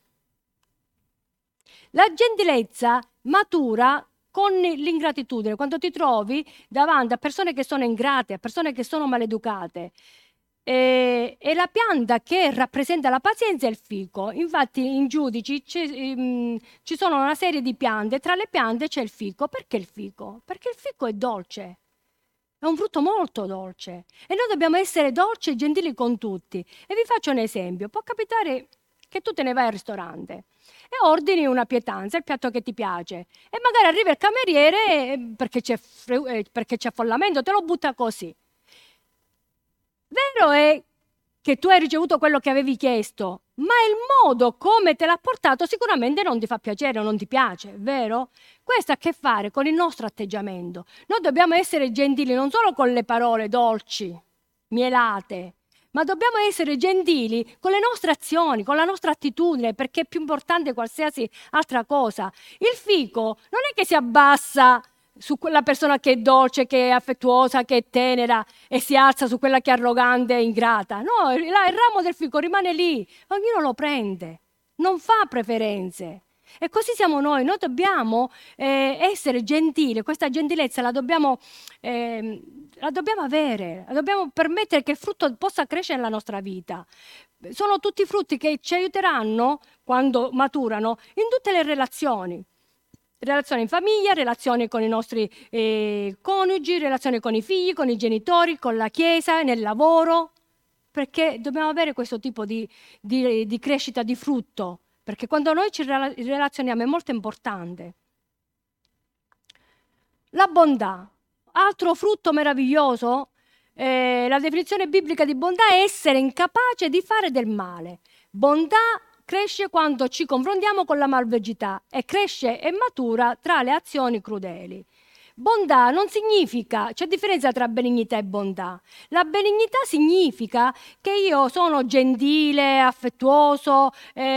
La gentilezza matura con l'ingratitudine, quando ti trovi davanti a persone che sono ingrate, a persone che sono maleducate. E la pianta che rappresenta la pazienza è il fico. Infatti in Giudici ci sono una serie di piante, tra le piante c'è il fico. Perché il fico? Perché il fico è dolce. È un frutto molto dolce e noi dobbiamo essere dolci e gentili con tutti. E vi faccio un esempio. Può capitare che tu te ne vai al ristorante e ordini una pietanza, il piatto che ti piace, e magari arriva il cameriere perché c'è affollamento, te lo butta così. Vero è che tu hai ricevuto quello che avevi chiesto, ma il modo come te l'ha portato sicuramente non ti fa piacere o non ti piace, vero? Questo ha a che fare con il nostro atteggiamento. Noi dobbiamo essere gentili non solo con le parole dolci, mielate, ma dobbiamo essere gentili con le nostre azioni, con la nostra attitudine, perché è più importante qualsiasi altra cosa. Il fico non è che si abbassa su quella persona che è dolce, che è affettuosa, che è tenera e si alza su quella che è arrogante e ingrata. No, il ramo del fico rimane lì, ognuno lo prende, non fa preferenze. E così siamo noi dobbiamo essere gentili, questa gentilezza la dobbiamo avere, la dobbiamo permettere che il frutto possa crescere nella nostra vita. Sono tutti frutti che ci aiuteranno, quando maturano, in tutte le relazioni. Relazioni in famiglia, relazioni con i nostri coniugi, relazioni con i figli, con i genitori, con la Chiesa, nel lavoro, perché dobbiamo avere questo tipo di crescita di frutto, perché quando noi ci relazioniamo è molto importante. La bontà, altro frutto meraviglioso, la definizione biblica di bontà è essere incapace di fare del male. Bontà cresce quando ci confrontiamo con la malvagità e cresce e matura tra le azioni crudeli. Bontà non significa, c'è differenza tra benignità e bontà. La benignità significa che io sono gentile, affettuoso,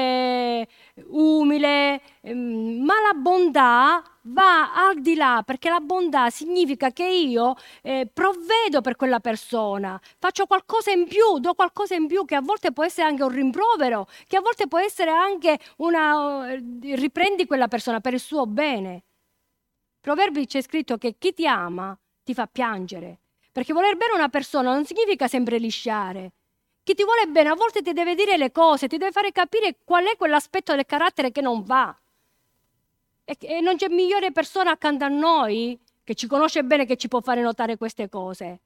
umile, ma la bontà va al di là, perché la bontà significa che io provvedo per quella persona, faccio qualcosa in più, do qualcosa in più, che a volte può essere anche un rimprovero, che a volte può essere anche riprendi quella persona per il suo bene. Proverbi c'è scritto che chi ti ama ti fa piangere, perché voler bene una persona non significa sempre lisciare. Chi ti vuole bene a volte ti deve dire le cose, ti deve fare capire qual è quell'aspetto del carattere che non va. E non c'è migliore persona accanto a noi che ci conosce bene che ci può fare notare queste cose.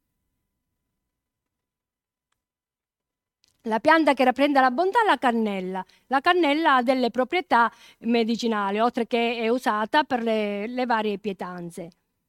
La pianta che rappresenta la bontà è la cannella. La cannella ha delle proprietà medicinali, oltre che è usata per le varie pietanze.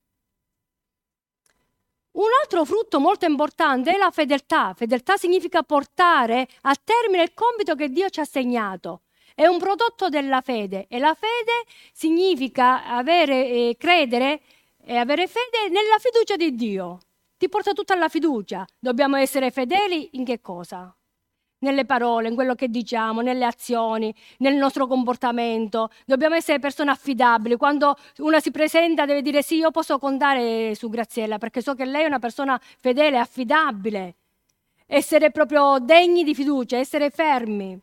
Un altro frutto molto importante è la fedeltà. Fedeltà significa portare a termine il compito che Dio ci ha assegnato. È un prodotto della fede e la fede significa credere e avere fede nella fiducia di Dio. Ti porta tutta alla fiducia. Dobbiamo essere fedeli in che cosa? Nelle parole, in quello che diciamo, nelle azioni, nel nostro comportamento. Dobbiamo essere persone affidabili. Quando una si presenta deve dire sì, io posso contare su Graziella perché so che lei è una persona fedele, affidabile. Essere proprio degni di fiducia, essere fermi.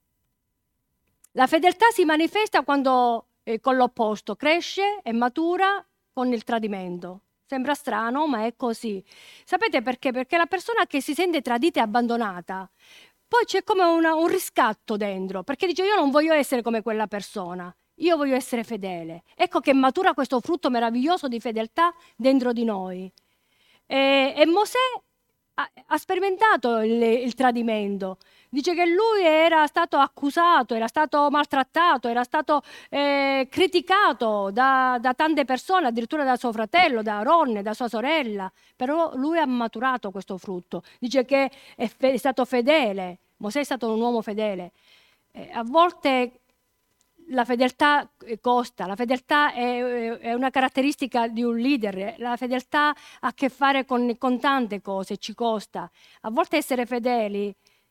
La fedeltà si manifesta quando con l'opposto cresce e matura con il tradimento. Sembra strano, ma è così. Sapete perché? Perché la persona che si sente tradita e abbandonata, poi c'è come un riscatto dentro, perché dice io non voglio essere come quella persona, io voglio essere fedele. Ecco che matura questo frutto meraviglioso di fedeltà dentro di noi. E Mosè ha sperimentato il tradimento. Dice che lui era stato accusato, era stato maltrattato, era stato criticato da tante persone, addirittura da suo fratello, da Aronne, da sua sorella. Però lui ha maturato questo frutto. Dice che è stato fedele. Mosè è stato un uomo fedele. A volte la fedeltà costa, la fedeltà è una caratteristica di un leader, la fedeltà ha a che fare con tante cose, ci costa. A volte essere fedeli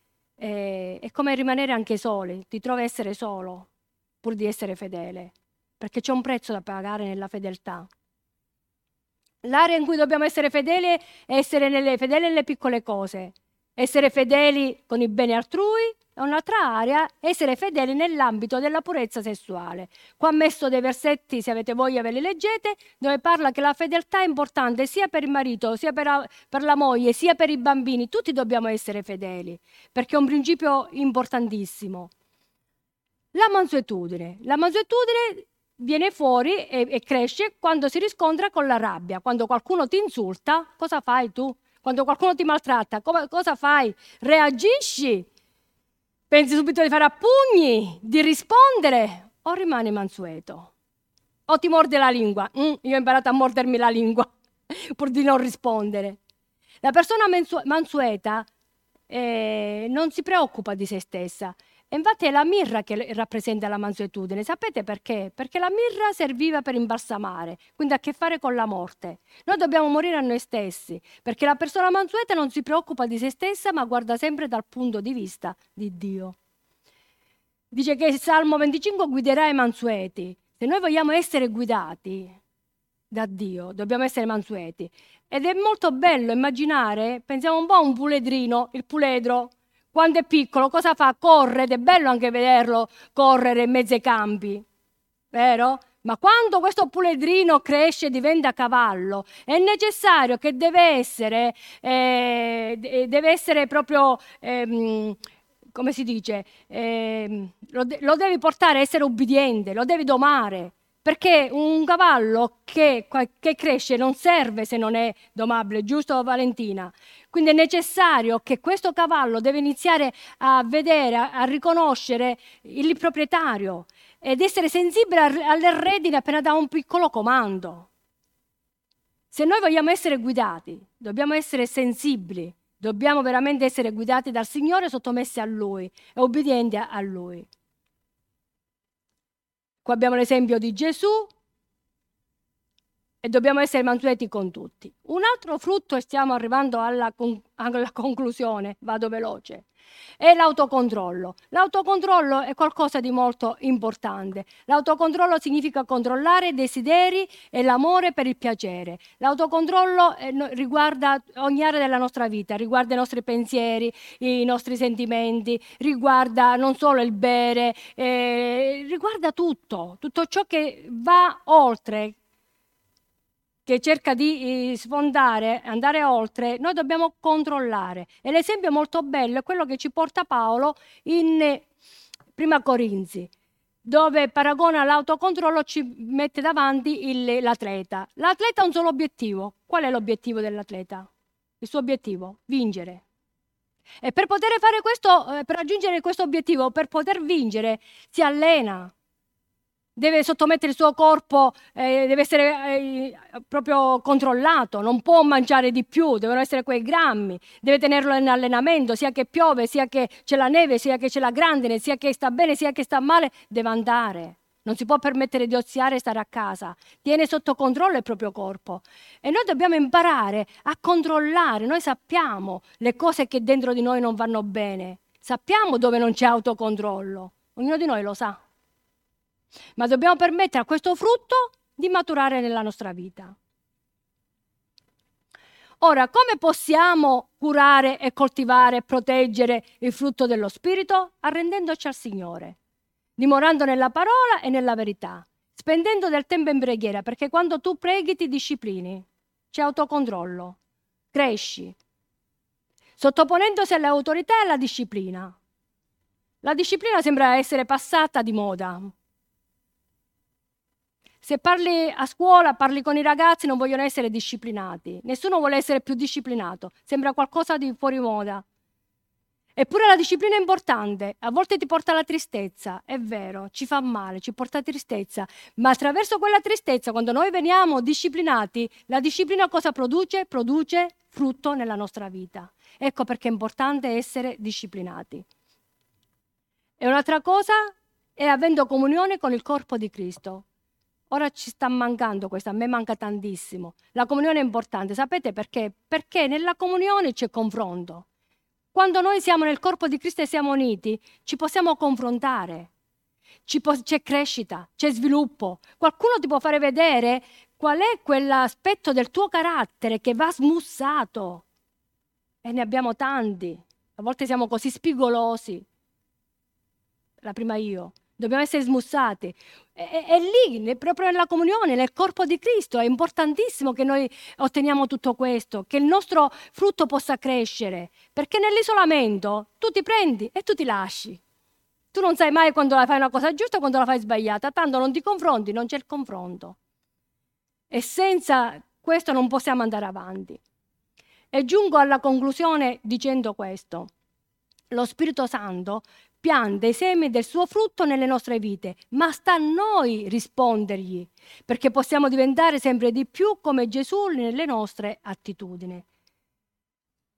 è come rimanere anche soli, ti trovi a essere solo pur di essere fedele, perché c'è un prezzo da pagare nella fedeltà. L'area in cui dobbiamo essere fedeli è essere fedeli nelle piccole cose, essere fedeli con i beni altrui. È un'altra area, essere fedeli nell'ambito della purezza sessuale. Qua ho messo dei versetti, se avete voglia ve li leggete, dove parla che la fedeltà è importante sia per il marito, sia per la moglie, sia per i bambini. Tutti dobbiamo essere fedeli, perché è un principio importantissimo. La mansuetudine. La mansuetudine viene fuori e cresce quando si riscontra con la rabbia. Quando qualcuno ti insulta, cosa fai tu? Quando qualcuno ti maltratta, cosa fai? Reagisci? Pensi subito di fare a pugni, di rispondere, o rimani mansueto? O ti morde la lingua? Io ho imparato a mordermi la lingua pur di non rispondere. La persona mansueta non si preoccupa di se stessa. E infatti è la mirra che rappresenta la mansuetudine. Sapete perché? Perché la mirra serviva per imbalsamare, quindi ha a che fare con la morte. Noi dobbiamo morire a noi stessi, perché la persona mansueta non si preoccupa di se stessa, ma guarda sempre dal punto di vista di Dio. Dice che il Salmo 25 guiderà i mansueti. Se noi vogliamo essere guidati da Dio, dobbiamo essere mansueti. Ed è molto bello immaginare, pensiamo un po' a un puledrino, il puledro, quando è piccolo, cosa fa? Corre, ed è bello anche vederlo correre in mezzo ai campi, vero? Ma quando questo puledrino cresce e diventa cavallo, è necessario che deve essere proprio, come si dice, lo devi portare a essere ubbidiente, lo devi domare. Perché un cavallo che cresce non serve se non è domabile, giusto Valentina? Quindi è necessario che questo cavallo deve iniziare a vedere, a riconoscere il proprietario ed essere sensibile alle redini appena dà un piccolo comando. Se noi vogliamo essere guidati, dobbiamo essere sensibili, dobbiamo veramente essere guidati dal Signore, sottomessi a Lui e obbedienti a Lui. Qua abbiamo l'esempio di Gesù e dobbiamo essere mansueti con tutti. Un altro frutto, e stiamo arrivando alla conclusione, vado veloce, è l'autocontrollo. L'autocontrollo è qualcosa di molto importante. L'autocontrollo significa controllare i desideri e l'amore per il piacere. L'autocontrollo riguarda ogni area della nostra vita, riguarda i nostri pensieri, i nostri sentimenti, riguarda non solo il bere, riguarda tutto ciò che va oltre, che cerca di sfondare, andare oltre. Noi dobbiamo controllare. E l'esempio molto bello è quello che ci porta Paolo in Prima Corinzi, dove paragona l'autocontrollo, ci mette davanti l'atleta. L'atleta ha un solo obiettivo. Qual è l'obiettivo dell'atleta? Il suo obiettivo? Vincere. E per poter fare questo, per raggiungere questo obiettivo, per poter vincere, si allena. Deve sottomettere il suo corpo, deve essere proprio controllato, non può mangiare di più, devono essere quei grammi, deve tenerlo in allenamento, sia che piove, sia che c'è la neve, sia che c'è la grandine, sia che sta bene, sia che sta male, deve andare. Non si può permettere di oziare e stare a casa, tiene sotto controllo il proprio corpo. E noi dobbiamo imparare a controllare, noi sappiamo le cose che dentro di noi non vanno bene, sappiamo dove non c'è autocontrollo, ognuno di noi lo sa. Ma dobbiamo permettere a questo frutto di maturare nella nostra vita. Ora, come possiamo curare e coltivare e proteggere il frutto dello Spirito? Arrendendoci al Signore, dimorando nella parola e nella verità, spendendo del tempo in preghiera, perché quando tu preghi ti disciplini, c'è autocontrollo, cresci, sottoponendosi alle autorità e alla disciplina. La disciplina sembra essere passata di moda. Se parli a scuola, parli con i ragazzi, non vogliono essere disciplinati. Nessuno vuole essere più disciplinato. Sembra qualcosa di fuori moda. Eppure la disciplina è importante. A volte ti porta alla tristezza. È vero, ci fa male, ci porta a tristezza. Ma attraverso quella tristezza, quando noi veniamo disciplinati, la disciplina cosa produce? Produce frutto nella nostra vita. Ecco perché è importante essere disciplinati. E un'altra cosa è avendo comunione con il corpo di Cristo. Ora ci sta mancando questo, a me manca tantissimo. La comunione è importante, sapete perché? Perché nella comunione c'è confronto. Quando noi siamo nel corpo di Cristo e siamo uniti, ci possiamo confrontare, c'è crescita, c'è sviluppo. Qualcuno ti può fare vedere qual è quell'aspetto del tuo carattere che va smussato. E ne abbiamo tanti. A volte siamo così spigolosi. La prima io. Dobbiamo essere smussati. E lì, proprio nella comunione, nel corpo di Cristo, è importantissimo che noi otteniamo tutto questo, che il nostro frutto possa crescere, perché nell'isolamento tu ti prendi e tu ti lasci. Tu non sai mai quando fai una cosa giusta e quando la fai sbagliata, tanto non ti confronti, non c'è il confronto. E senza questo non possiamo andare avanti. E giungo alla conclusione dicendo questo. Lo Spirito Santo pianta i semi del suo frutto nelle nostre vite, ma sta a noi rispondergli, perché possiamo diventare sempre di più come Gesù nelle nostre attitudini.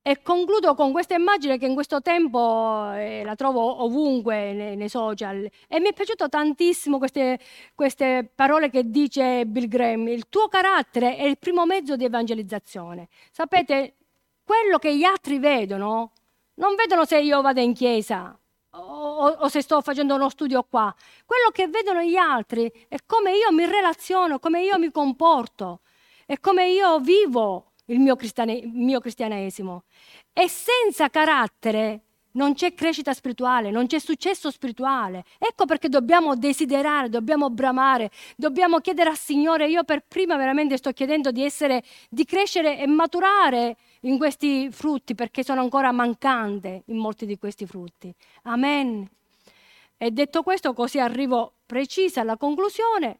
E concludo con questa immagine che in questo tempo la trovo ovunque nei social, e mi è piaciuto tantissimo queste parole che dice Bill Graham: il tuo carattere è il primo mezzo di evangelizzazione. Sapete, quello che gli altri vedono, non vedono se io vado in chiesa o se sto facendo uno studio qua. Quello che vedono gli altri è come io mi relaziono, come io mi comporto, è come io vivo il mio cristianesimo. E senza carattere non c'è crescita spirituale, non c'è successo spirituale. Ecco perché dobbiamo desiderare, dobbiamo bramare, dobbiamo chiedere al Signore. Io per prima veramente sto chiedendo di crescere e maturare in questi frutti, perché sono ancora mancante in molti di questi frutti. Amen. E detto questo, così arrivo precisa alla conclusione.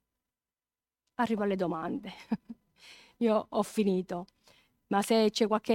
Arrivo alle domande. Io ho finito, ma se c'è qualche